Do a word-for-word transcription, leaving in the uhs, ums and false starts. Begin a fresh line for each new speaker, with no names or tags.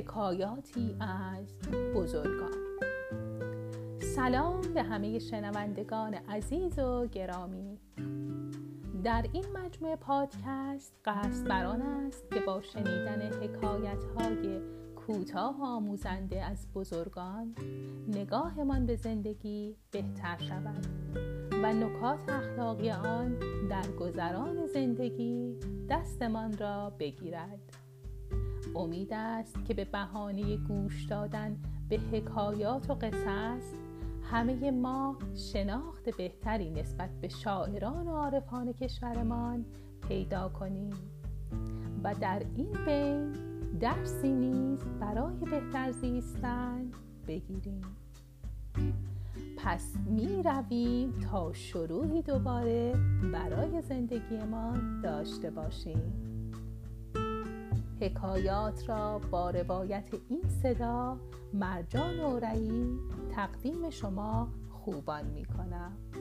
حکایاتی از بزرگان. سلام به همه شنوندگان عزیز و گرامی. در این مجموعه پادکست قصد بر آن است که با شنیدن حکایت‌های کوتاه و آموزنده از بزرگان نگاهمان به زندگی بهتر شود و نکات اخلاقی آن در گذران زندگی دستمان را بگیرد. امید است که به بهانه گوش دادن به حکایات و قصص همه ما شناخت بهتری نسبت به شاعران و عارفان کشورمان پیدا کنیم و در این بین درسی نیز برای بهتر زیستن بگیریم. پس می رویم تا شروعی دوباره برای زندگیمان داشته باشیم. حکایات را با روایت این صدا مرجان اورئی تقدیم شما خوبان می کنم.